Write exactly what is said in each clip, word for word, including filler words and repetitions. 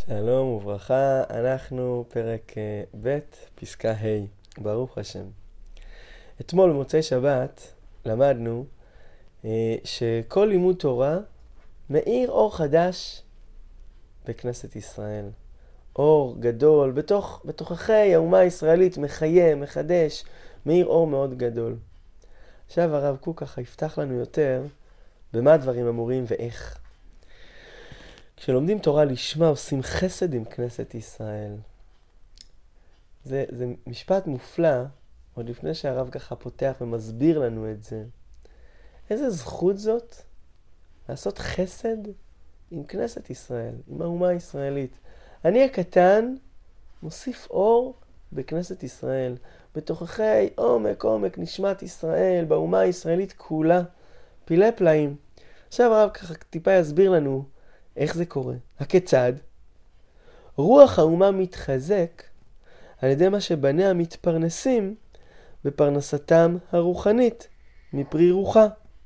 שלום וברכה, אנחנו פרק ב', פסקה ה', ברוך השם. אתמול במוצאי שבת למדנו אה, שכל לימוד תורה מאיר אור חדש בכנסת ישראל. אור גדול, בתוך, בתוככי האומה הישראלית, מחיה, מחדש, מאיר אור מאוד גדול. עכשיו הרב קוק ככה יפתח לנו יותר במה הדברים אמורים ואיך. כשלומדים תורה לשמה עושים חסד עם כנסת ישראל. זה, זה משפט מופלא, עוד לפני שהרב ככה פותח ומסביר לנו את זה. איזה זכות זאת לעשות חסד עם כנסת ישראל, עם האומה הישראלית. אני הקטן מוסיף אור בכנסת ישראל, בתוככי עומק עומק נשמת ישראל, באומה הישראלית כולה, פילי פלאים. עכשיו הרב ככה טיפה יסביר לנו איך זה קורה. הכיצד? רוח האומה מתחזק על ידי מה שבניה מתפרנסים בפרנסתם הרוחנית, מפרי רוחה.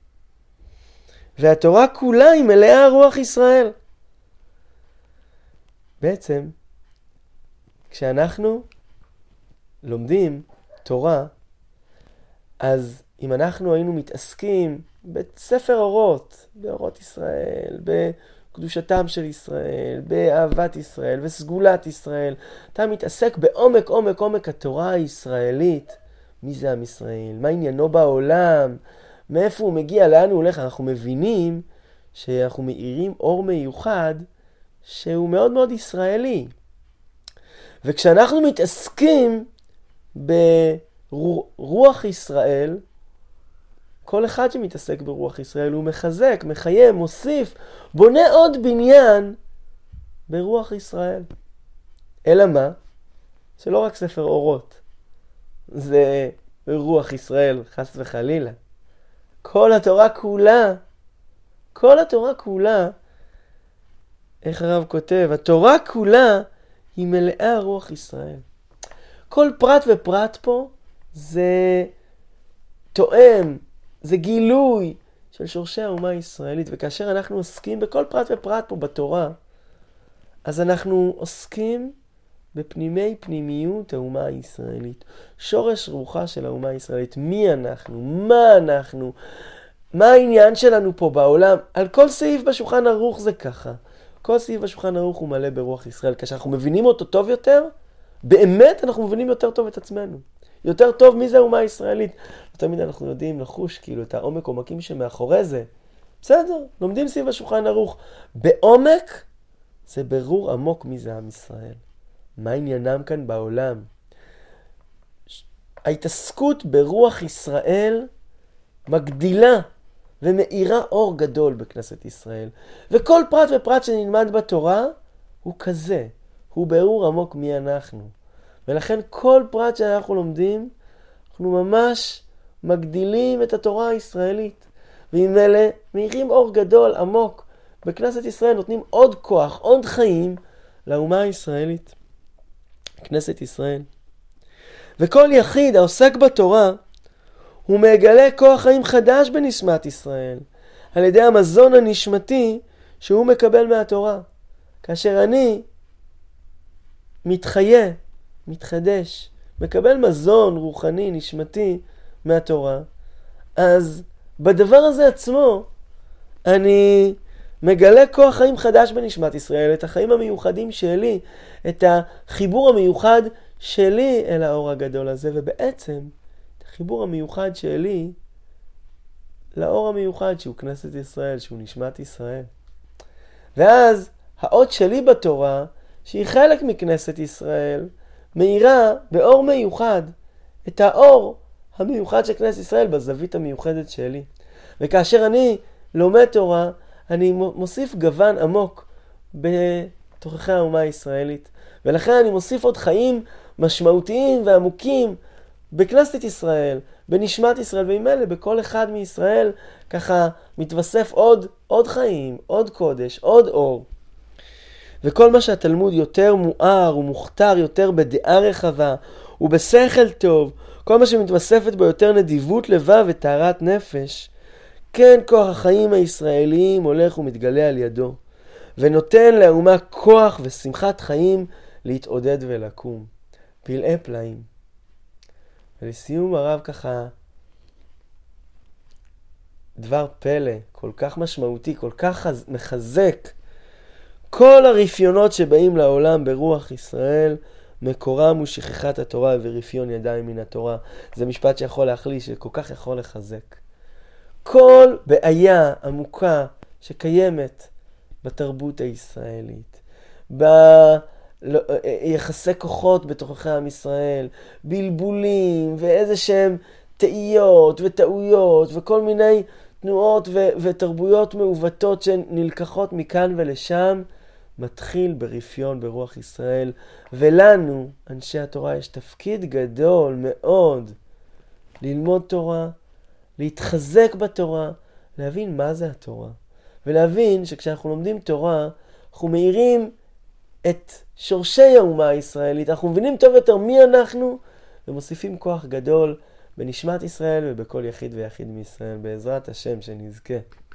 והתורה כולה היא מלאה רוח ישראל. בעצם, כשאנחנו לומדים תורה, אז אם אנחנו היינו מתעסקים בספר אורות, באורות ישראל, בקדושתם של ישראל, באהבת ישראל וסגולת ישראל, אתה מתעסק בעומק עומק עומק התורה הישראלית. מי זה עם ישראל? מה עניינו בעולם? מאיפה הוא מגיע? לאן הוא הולך? אנחנו מבינים שאנחנו מאירים אור מיוחד שהוא מאוד מאוד ישראלי. וכשאנחנו מתעסקים ברוח ישראל, כל אחד שמתעסק ברוח ישראל הוא מחזק, מחיה, מוסיף, בונה עוד בניין ברוח ישראל. אלא מה? שלא רק ספר אורות, זה רוח ישראל, חס וחלילה. כל התורה כולה, כל התורה כולה, איך הרב כותב, התורה כולה היא מלאה רוח ישראל. כל פרט ופרט פה זה תואם, זה גילוי של שורשי האומה הישראלית. וכאשר אנחנו עוסקים בכל פרט ופרט פה בתורה, אז אנחנו עוסקים בפנימי פנימיות האומה הישראלית. שורש רוחה של האומה הישראלית. מי אנחנו? מה אנחנו? מה העניין שלנו פה בעולם? על כל סעיף בשולחן ערוך זה ככה. כל סעיף בשולחן ערוך הוא מלא ברוח ישראל. כשאנחנו מבינים אותו טוב יותר, באמת אנחנו מבינים יותר טוב את עצמנו. יותר טוב מי זה האומה הישראלית. לא תמיד אנחנו יודעים לחוש כאילו את העומק עומקים שמאחורי זה. בסדר, לומדים סביב השולחן ערוך. בעומק זה ברור עמוק מי זה עם ישראל. מה עניינם כאן בעולם? ההתעסקות ברוח ישראל מגדילה ומאירה אור גדול בכנסת ישראל. וכל פרט ופרט שנלמד בתורה הוא כזה. הוא ברור עמוק מי אנחנו. ולכן כל פרט שאנחנו לומדים, אנחנו ממש מגדילים את התורה הישראלית. ועם אלה מאירים אור גדול עמוק בכנסת ישראל, נותנים עוד כוח, עוד חיים לאומה הישראלית. כנסת ישראל. וכל יחיד העוסק בתורה, הוא מגלה כוח חיים חדש בנשמת ישראל, על ידי המזון הנשמתי שהוא מקבל מהתורה. כאשר אני מתחיה, מתחדש, מקבל מזון רוחני, נשמתי מהתורה, אז בדבר הזה עצמו אני מגלה כוח חיים חדש בנשמת ישראל, את החיים המיוחדים שלי, את החיבור המיוחד שלי אל האור הגדול הזה, ובעצם את החיבור המיוחד שלי לאור המיוחד שהוא כנסת ישראל, שהוא נשמת ישראל. ואז האות שלי בתורה, שהיא חלק מכנסת ישראל, מאירה באור מיוחד את האור המיוחד של כנסת ישראל בזווית המיוחדת שלי. וכאשר אני לומד תורה, אני מוסיף גוון עמוק בתוככי האומה הישראלית. ולכן אני מוסיף עוד חיים משמעותיים ועמוקים בכנסת ישראל, בנשמת ישראל, ועם אלה בכל אחד מישראל ככה מתווסף עוד, עוד חיים, עוד קודש, עוד אור. וכל מה שהתלמוד יותר מואר ומוכתר יותר בדעה רחבה ובשכל טוב, כל מה שמתווספת בו יותר נדיבות לבב וטהרת נפש, כן כוח החיים הישראליים הולך ומתגלה על ידו. ונותן לאומה כוח ושמחת חיים להתעודד ולקום. פלאי פלאים. ולסיום הרב ככה דבר פלא, כל כך משמעותי, כל כך מחזק. כל הרפיונות שבאים לעולם ברוח ישראל, מקורם הוא שכחת התורה ורפיון ידיים מן התורה. זה משפט שיכול להחליש, שכל כך יכול לחזק. כל בעיה עמוקה שקיימת בתרבות הישראלית, ביחסי כוחות בתוככי עם ישראל, בלבולים ואיזה שהם תאיות וטעויות וכל מיני תנועות ו- ותרבויות מעוותות שנלקחות מכאן ולשם, מתחיל ברפיון ברוח ישראל. ולנו, אנשי התורה, יש תפקיד גדול מאוד ללמוד תורה, להתחזק בתורה, להבין מה זה התורה. ולהבין שכשאנחנו לומדים תורה, אנחנו מאירים את שורשי האומה הישראלית, אנחנו מבינים טוב יותר מי אנחנו, ומוסיפים כוח גדול בנשמת ישראל ובכל יחיד ויחיד מישראל. בעזרת השם שנזכה.